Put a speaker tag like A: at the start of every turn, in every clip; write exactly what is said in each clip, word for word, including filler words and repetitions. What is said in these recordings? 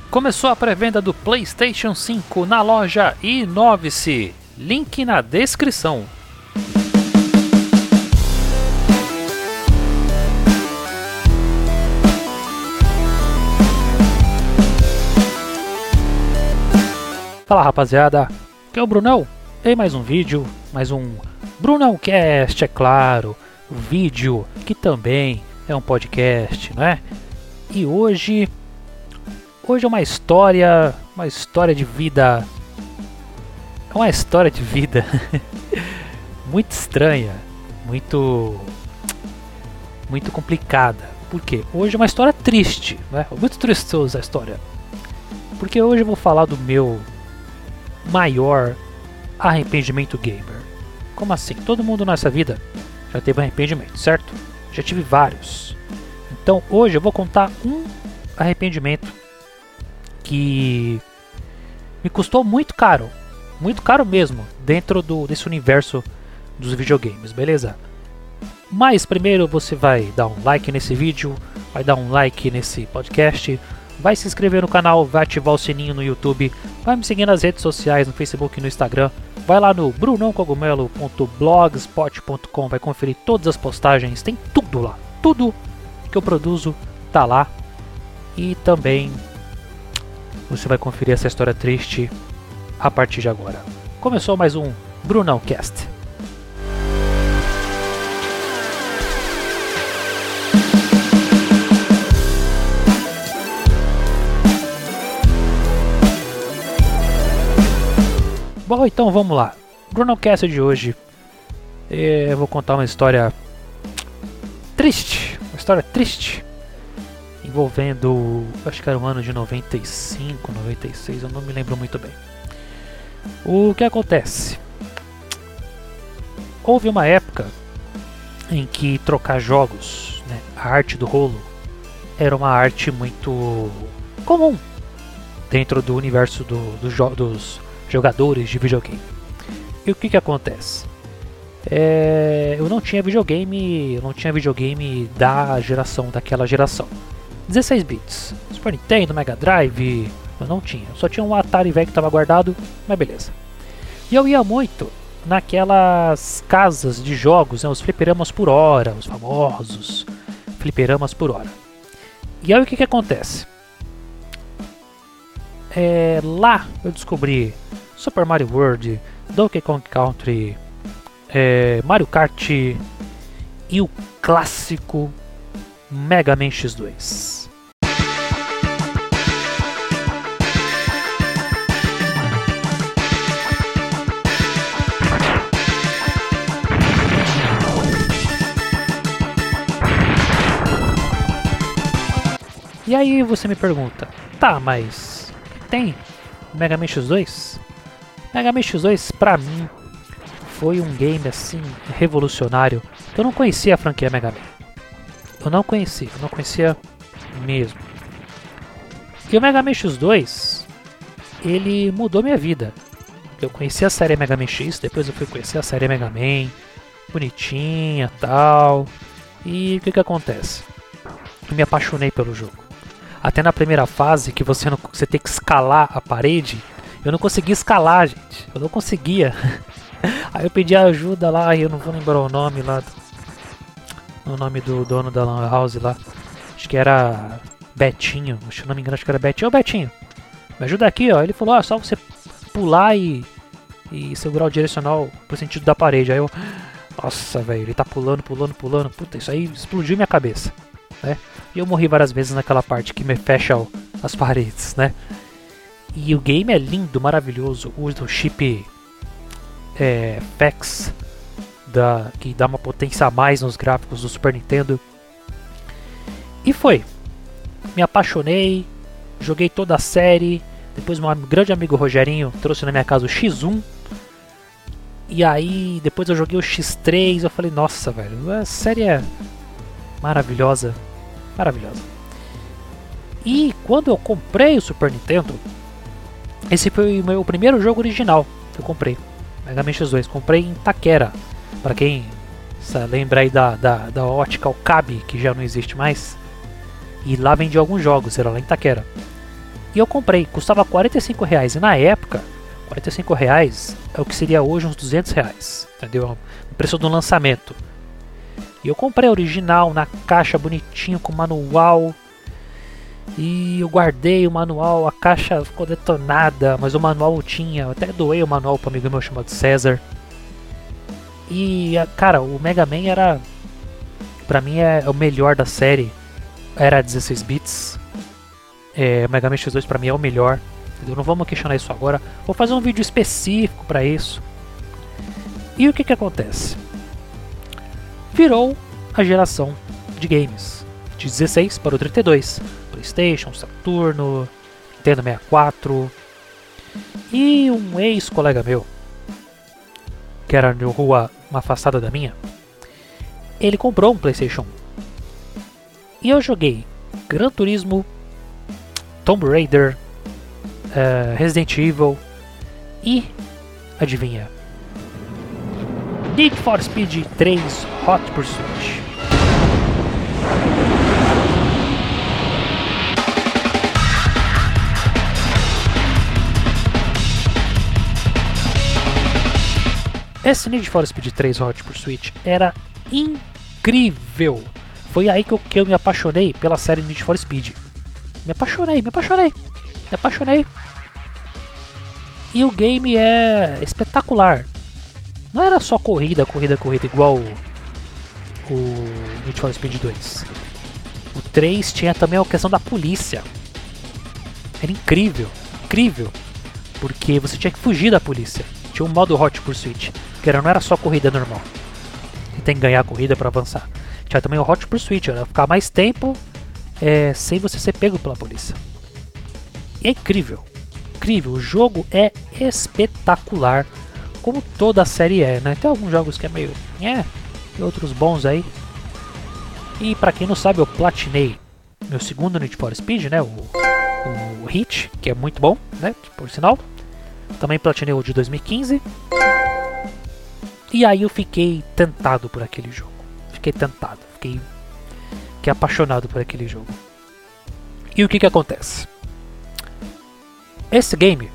A: Começou a pré-venda do PlayStation cinco na loja Inove-se. Link na descrição. Fala rapaziada, aqui é o Brunão. Tem mais um vídeo, mais um BrunãoCast, é claro. O vídeo que também é um podcast, não é? E hoje... Hoje é uma história, uma história de vida, é uma história de vida muito estranha, muito, muito complicada. Por quê? Hoje é uma história triste, né? Muito tristosa a história. Porque hoje eu vou falar do meu maior arrependimento gamer. Como assim? Todo mundo nessa vida já teve um arrependimento, certo? Já tive vários. Então hoje eu vou contar um arrependimento que me custou muito caro, muito caro mesmo, dentro do, desse universo dos videogames, beleza? Mas primeiro você vai dar um like nesse vídeo, vai dar um like nesse podcast, vai se inscrever no canal, vai ativar o sininho no YouTube, vai me seguir nas redes sociais, no Facebook e no Instagram, vai lá no brunão cogumelo ponto blogspot ponto com, vai conferir todas as postagens, tem tudo lá, tudo que eu produzo tá lá. E também você vai conferir essa história triste a partir de agora. Começou mais um BrunãoCast. Bom, então vamos lá. BrunãoCast de hoje. Eu vou contar uma história triste. Uma história triste. Envolvendo, acho que era o ano de noventa e cinco, noventa e seis, eu não me lembro muito bem. O que acontece? Houve uma época em que trocar jogos, né, a arte do rolo, era uma arte muito comum dentro do universo do, do jo dos jogadores de videogame. E o que que acontece? É, eu não tinha videogame, eu não tinha videogame da geração, daquela geração. dezesseis bits, Super Nintendo, Mega Drive, eu não tinha, só tinha um Atari velho que estava guardado, mas beleza. E eu ia muito naquelas casas de jogos, né, os fliperamas por hora, os famosos fliperamas por hora. E aí o que que acontece? É, lá eu descobri Super Mario World, Donkey Kong Country, é, Mario Kart e o clássico Mega Man X dois. E aí você me pergunta, tá, mas tem Mega Man X dois? Mega Man X dois pra mim foi um game assim revolucionário. Eu não conhecia a franquia Mega Man. Eu não conhecia, eu não conhecia mesmo. E o Mega Man X dois, ele mudou minha vida. Eu conheci a série Mega Man X, depois eu fui conhecer a série Mega Man, bonitinha, tal. E o que que acontece? Eu me apaixonei pelo jogo. Até na primeira fase, que você, não, você tem que escalar a parede, eu não conseguia escalar, gente. Eu não conseguia. Aí eu pedi ajuda lá, e eu não vou lembrar o nome lá. O nome do dono da Lan House lá. Acho que era Betinho. Se não me engano, acho que era Betinho. Ô Betinho, me ajuda aqui, ó. Ele falou, ó, só você pular e, e segurar o direcional pro sentido da parede. Aí eu, nossa, velho, ele tá pulando, pulando, pulando. Puta, isso aí explodiu minha cabeça, né? E eu morri várias vezes naquela parte que me fecha as paredes, né? E o game é lindo, maravilhoso. Usa o chip é, F X, da, que dá uma potência a mais nos gráficos do Super Nintendo. E foi. Me apaixonei, joguei toda a série. Depois meu grande amigo Rogerinho trouxe na minha casa o X um. E aí depois eu joguei o X três. Eu falei, nossa, velho, a série é maravilhosa. Maravilhosa. E quando eu comprei o Super Nintendo, esse foi o meu primeiro jogo original que eu comprei. Mega Man X dois. Comprei em Taquera. Pra quem lembra aí da, da, da Optical Cab, que já não existe mais. E lá vendi alguns jogos, era lá em Taquera. E eu comprei, custava quarenta e cinco reais. E na época, quarenta e cinco reais é o que seria hoje uns duzentos reais. Entendeu? O preço do lançamento. E eu comprei a original, na caixa bonitinho, com manual. E eu guardei o manual, a caixa ficou detonada, mas o manual eu tinha. Eu até doei o manual para um amigo meu chamado César. E, cara, o Mega Man era... Pra mim é o melhor da série. Era dezesseis bits. É, o Mega Man X dois pra mim é o melhor. Entendeu? Não vamos questionar isso agora. Vou fazer um vídeo específico pra isso. E o que que acontece? Virou a geração de games. De dezesseis para o trinta e dois. PlayStation, Saturno, Nintendo sessenta e quatro. E um ex-colega meu, que era de rua uma afastada da minha, ele comprou um PlayStation um. E eu joguei Gran Turismo, Tomb Raider, uh, Resident Evil e, adivinha, Need for Speed três Hot Pursuit. Esse Need for Speed três Hot Pursuit era incrível. Foi aí que eu, que eu me apaixonei pela série Need for Speed. Me apaixonei, me apaixonei, me apaixonei. E o game é espetacular. Não era só corrida, corrida, corrida igual o, o Need for Speed dois. O três tinha também a questão da polícia. Era incrível, incrível. Porque você tinha que fugir da polícia. Tinha um modo Hot Pursuit, que era, não era só corrida normal. Você tem que ganhar a corrida para avançar. Tinha também o Hot Pursuit, era ficar mais tempo é, sem você ser pego pela polícia. E é incrível, incrível. O jogo é espetacular, como toda a série é, né? Tem alguns jogos que é meio... É, tem outros bons aí. E pra quem não sabe, eu platinei meu segundo Need for Speed, né? O, o Hit, que é muito bom, né? Por sinal. Também platinei o de dois mil e quinze. E aí eu fiquei tentado por aquele jogo. Fiquei tentado. Fiquei, fiquei apaixonado por aquele jogo. E o que que acontece? Esse game...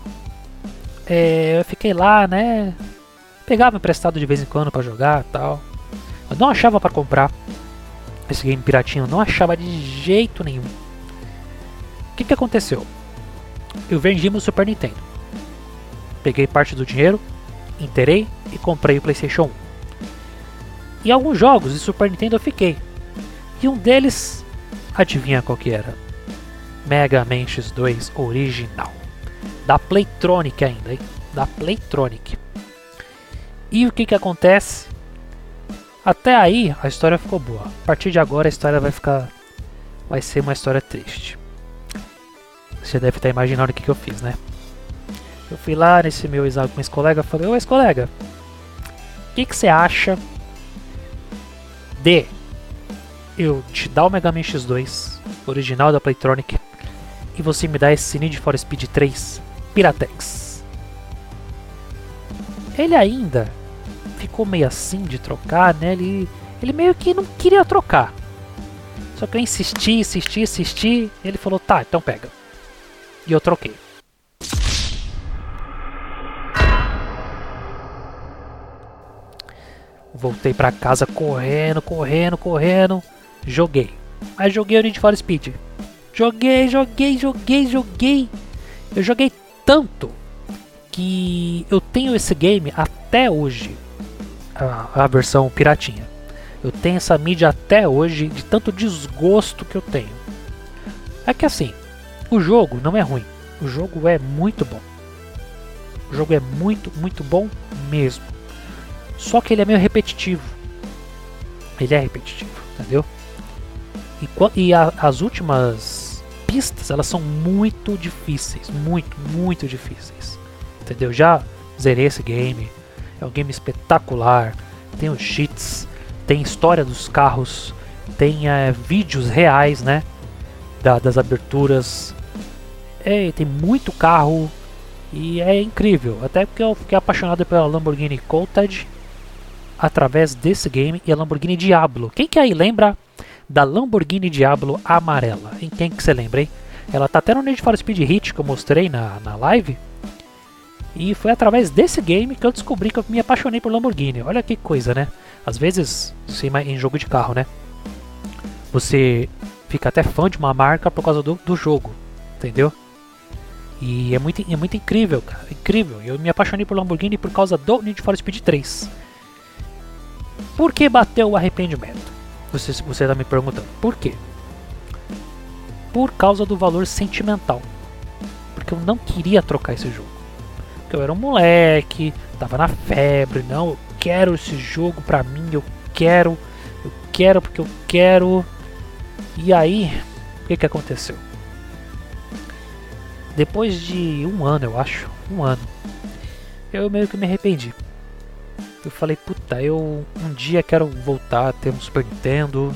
A: É, eu fiquei lá, né? Pegava emprestado de vez em quando pra jogar e tal. Eu não achava pra comprar esse game piratinho. Eu não achava de jeito nenhum. O que que aconteceu? Eu vendi meu Super Nintendo. Peguei parte do dinheiro, inteirei e comprei o PlayStation um. E alguns jogos de Super Nintendo eu fiquei. E um deles, adivinha qual que era? Mega Man X dois original. Da Playtronic ainda, hein? Da Playtronic. E o que que acontece? Até aí a história ficou boa. A partir de agora a história vai ficar... Vai ser uma história triste. Você deve estar imaginando o que que eu fiz, né? Eu fui lá nesse meu ex-colega e falei: ô ex-colega, o que que você acha de eu te dar o Mega Man X dois, original da Playtronic, e você me dar esse Need for Speed três Piratex? Ele ainda ficou meio assim de trocar, né? Ele, ele meio que não queria trocar. Só que eu insisti, insisti, insisti. Ele falou: tá, então pega. E eu troquei. Voltei pra casa correndo, correndo, correndo. Joguei. Aí joguei o Need for Speed. Joguei, joguei, joguei, joguei. Eu joguei tanto que eu tenho esse game até hoje. A, a versão piratinha. Eu tenho essa mídia até hoje, de tanto desgosto que eu tenho. É que assim, o jogo não é ruim. O jogo é muito bom. O jogo é muito, muito bom mesmo. Só que ele é meio repetitivo. Ele é repetitivo, entendeu? E, e a, as últimas pistas, elas são muito difíceis. Muito, muito difíceis. Entendeu? Já zerei esse game. É um game espetacular. Tem os cheats. Tem história dos carros. Tem é, vídeos reais, né? Da, das aberturas. É, tem muito carro. E é incrível. Até porque eu fiquei apaixonado pela Lamborghini Countach através desse game, e a Lamborghini Diablo. Quem que aí lembra da Lamborghini Diablo amarela? Em quem que você lembra, hein? Ela tá até no Need for Speed Heat que eu mostrei na, na live. E foi através desse game que eu descobri que eu me apaixonei por Lamborghini. Olha que coisa, né? Às vezes, em jogo de carro, né? Você fica até fã de uma marca por causa do, do jogo, entendeu? E é muito, é muito incrível, cara. Incrível. Eu me apaixonei por Lamborghini por causa do Need for Speed três. Por que bateu o arrependimento? Você, você tá me perguntando. Por quê? Por causa do valor sentimental. Porque eu não queria trocar esse jogo. Porque eu era um moleque, tava na febre. Não, eu quero esse jogo pra mim. Eu quero, eu quero porque eu quero. E aí, o que que aconteceu? Depois de um ano, eu acho, um ano, eu meio que me arrependi. Eu falei, puta, eu um dia quero voltar a ter um Super Nintendo.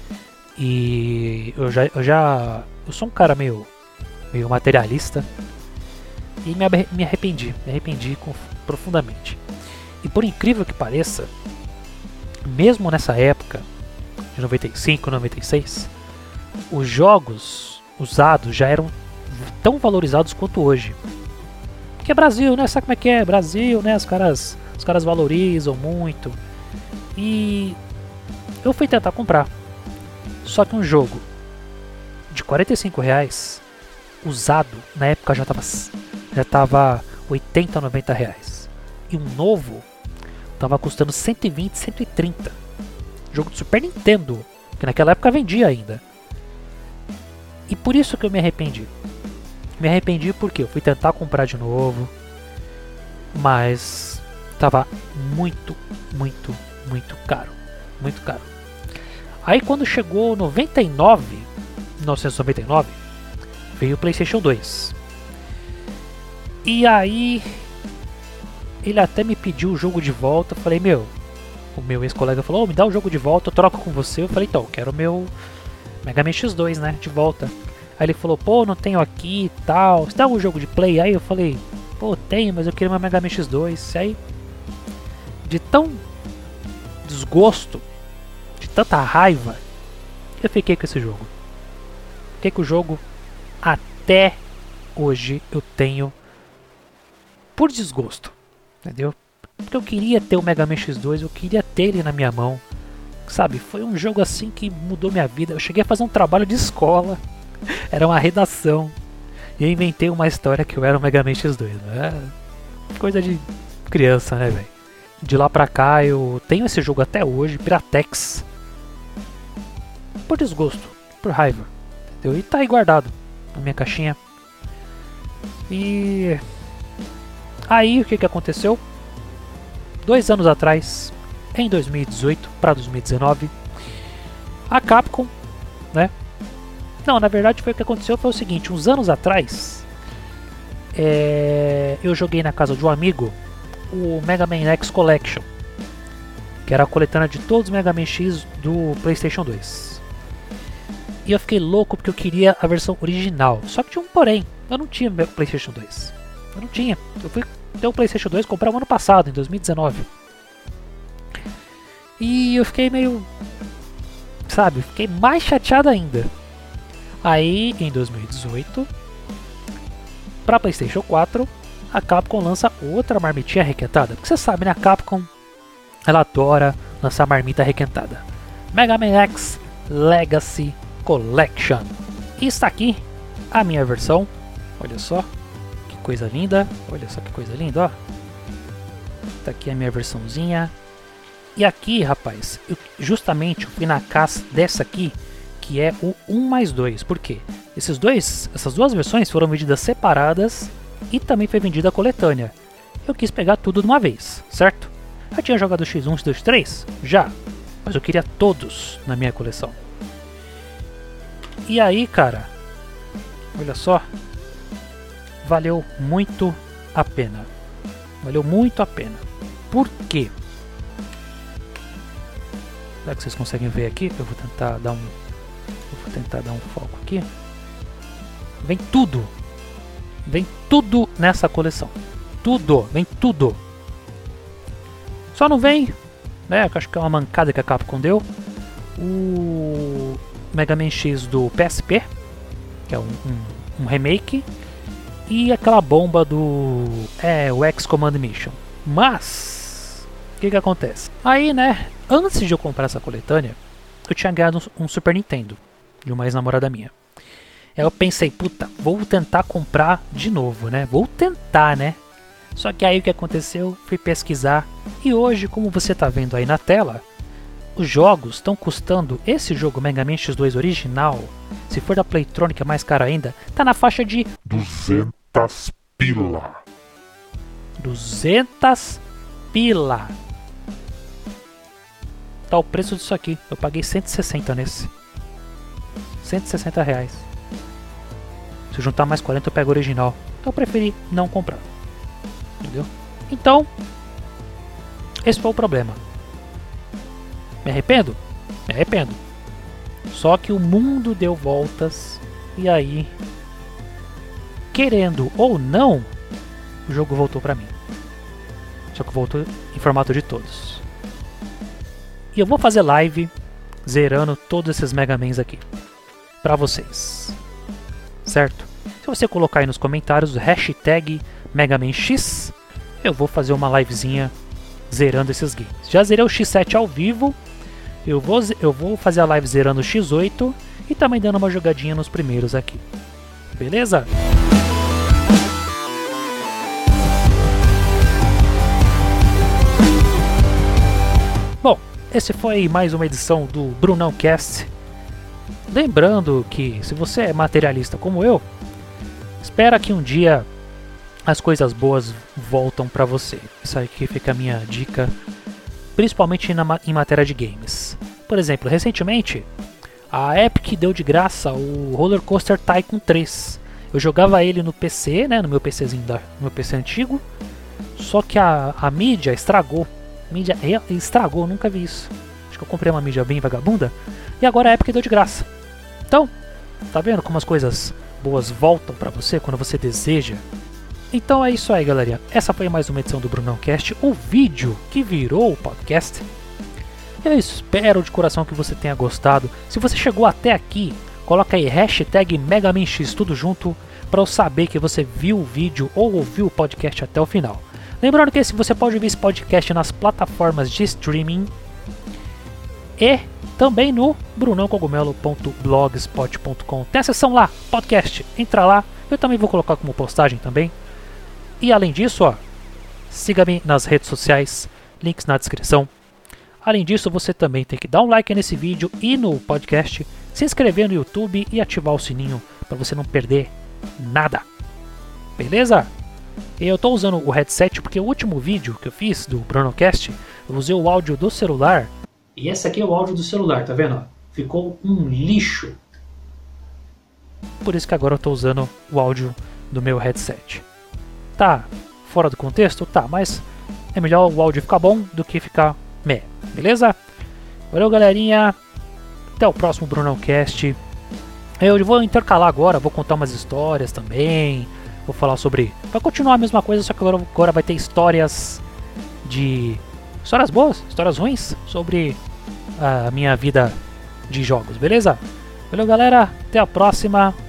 A: E eu já, eu já, eu sou um cara meio, meio materialista. E me, me arrependi, me arrependi com, profundamente. E por incrível que pareça, mesmo nessa época, de noventa e cinco, noventa e seis, os jogos usados já eram tão valorizados quanto hoje. Porque é Brasil, né? Sabe como é que é? Brasil, né? Os caras, os caras valorizam muito. E eu fui tentar comprar. Só que um jogo de quarenta e cinco reais, usado, na época já tava, já tava oitenta, noventa reais. E um novo tava custando cento e vinte, cento e trinta. Jogo de Super Nintendo, que naquela época vendia ainda. E por isso que eu me arrependi. Me arrependi porque eu fui tentar comprar de novo, mas tava muito, muito, muito caro. Muito caro. Aí quando chegou noventa e nove, mil novecentos e noventa e nove, veio o PlayStation dois. E aí ele até me pediu o jogo de volta. Eu falei, meu, o meu ex-colega falou, oh, me dá o jogo de volta, eu troco com você. Eu falei, então, eu quero o meu Mega Man X dois, né, de volta. Aí ele falou, pô, não tenho aqui e tal, você dá um jogo de play? Aí eu falei, pô, tenho, mas eu queria meu Mega Man X dois. Aí, de tão desgosto, de tanta raiva, eu fiquei com esse jogo. Fiquei com o jogo até hoje eu tenho por desgosto, entendeu? Porque eu queria ter o Mega Man X dois, eu queria ter ele na minha mão, sabe? Foi um jogo assim que mudou minha vida. Eu cheguei a fazer um trabalho de escola, era uma redação, e eu inventei uma história que eu era o Mega Man X dois. É coisa de criança, né, velho? De lá pra cá eu tenho esse jogo até hoje, Piratex, por desgosto, por raiva, entendeu? E tá aí guardado na minha caixinha. E aí o que que aconteceu? Dois anos atrás, em dois mil e dezoito para dois mil e dezenove, a Capcom, né? Não, na verdade foi o que aconteceu foi o seguinte, uns anos atrás, é, eu joguei na casa de um amigo o Mega Man X Collection, que era a coletânea de todos os Mega Man X do PlayStation dois. E eu fiquei louco porque eu queria a versão original. Só que tinha um porém, eu não tinha PlayStation dois. Eu não tinha. Eu fui ter o PlayStation dois comprar o ano passado, em dois mil e dezenove. E eu fiquei meio, sabe, fiquei mais chateado ainda. Aí, em dois mil e dezoito, para PlayStation quatro, a Capcom lança outra marmitinha requentada. Porque você sabe, né? A Capcom, ela adora lançar marmita requentada. Mega Man X Legacy Collection. E está aqui a minha versão. Olha só, que coisa linda. Olha só que coisa linda, ó. Está aqui a minha versãozinha. E aqui, rapaz, eu justamente eu fui na caixa dessa aqui, que é o um mais dois. Por quê? Esses dois, essas duas versões foram vendidas separadas e também foi vendida a coletânea. Eu quis pegar tudo de uma vez, certo? Já tinha jogado X um, X dois, X três? Já. Mas eu queria todos na minha coleção. E aí, cara, olha só, valeu muito a pena. Valeu muito a pena. Por quê? Será que vocês conseguem ver aqui? Eu vou tentar dar um, eu vou tentar dar um foco aqui. Vem tudo, vem tudo nessa coleção. Tudo, vem tudo. Só não vem, né? Acho que é uma mancada que a Capcom deu. O Mega Man X do P S P, que é um, um um remake e aquela bomba do é, o X-Command Mission. Mas o que que acontece? Aí, né, antes de eu comprar essa coletânea, eu tinha ganhado um, um Super Nintendo de uma ex-namorada minha. Aí eu pensei, puta, vou tentar comprar de novo, né? Vou tentar, né? Só que aí o que aconteceu? Fui pesquisar e hoje, como você tá vendo aí na tela, os jogos estão custando, esse jogo Mega Man X dois original, se for da Playtronic é mais caro ainda, tá na faixa de
B: duzentas pila.
A: duzentas pila. Tá o preço disso aqui. Eu paguei cento e sessenta nesse. cento e sessenta reais. Se eu juntar mais quarenta eu pego o original. Então eu preferi não comprar. Entendeu? Então, esse foi o problema. Me arrependo? Me arrependo. Só que o mundo deu voltas e aí, querendo ou não, o jogo voltou pra mim. Só que voltou em formato de todos. E eu vou fazer live zerando todos esses Mega Mans aqui pra vocês. Certo? Se você colocar aí nos comentários o hashtag Mega Man X, eu vou fazer uma livezinha zerando esses games. Já zerei o X sete ao vivo. Eu vou, eu vou fazer a live zerando o X oito e também dando uma jogadinha nos primeiros aqui. Beleza? Bom, esse foi mais uma edição do Brunão Cast. Lembrando que se você é materialista como eu, espera que um dia as coisas boas voltam pra você. Isso aqui fica a minha dica, principalmente na, em matéria de games. Por exemplo, recentemente a Epic deu de graça o Roller Coaster Tycoon três. Eu jogava ele no P C, né, no meu PCzinho da, no meu P C antigo. Só que a, a mídia estragou. A mídia estragou, nunca vi isso. Acho que eu comprei uma mídia bem vagabunda. E agora a Epic deu de graça. Então, tá vendo como as coisas boas voltam pra você quando você deseja? Então é isso aí, galerinha. Essa foi mais uma edição do Brunão Cast, o vídeo que virou o podcast. Eu espero de coração que você tenha gostado. Se você chegou até aqui, coloca aí hashtag MegaManX tudo junto para eu saber que você viu o vídeo ou ouviu o podcast até o final. Lembrando que você pode ouvir esse podcast nas plataformas de streaming e também no brunão cogumelo ponto blogspot ponto com. Tem a seção lá, podcast, entra lá. Eu também vou colocar como postagem também. E além disso, ó, siga-me nas redes sociais, links na descrição. Além disso, você também tem que dar um like nesse vídeo e no podcast, se inscrever no YouTube e ativar o sininho para você não perder nada. Beleza? Eu estou usando o headset porque o último vídeo que eu fiz do BrunoCast, eu usei o áudio do celular. E esse aqui é o áudio do celular, tá vendo? Ficou um lixo. Por isso que agora eu estou usando o áudio do meu headset. Tá fora do contexto? Tá, mas é melhor o áudio ficar bom do que ficar meh, beleza? Valeu, galerinha. Até o próximo BrunoCast. Eu vou intercalar agora, vou contar umas histórias também. Vou falar sobre... Vai continuar a mesma coisa, só que agora, agora vai ter histórias de... Histórias boas, histórias ruins sobre a minha vida de jogos, beleza? Valeu, galera. Até a próxima.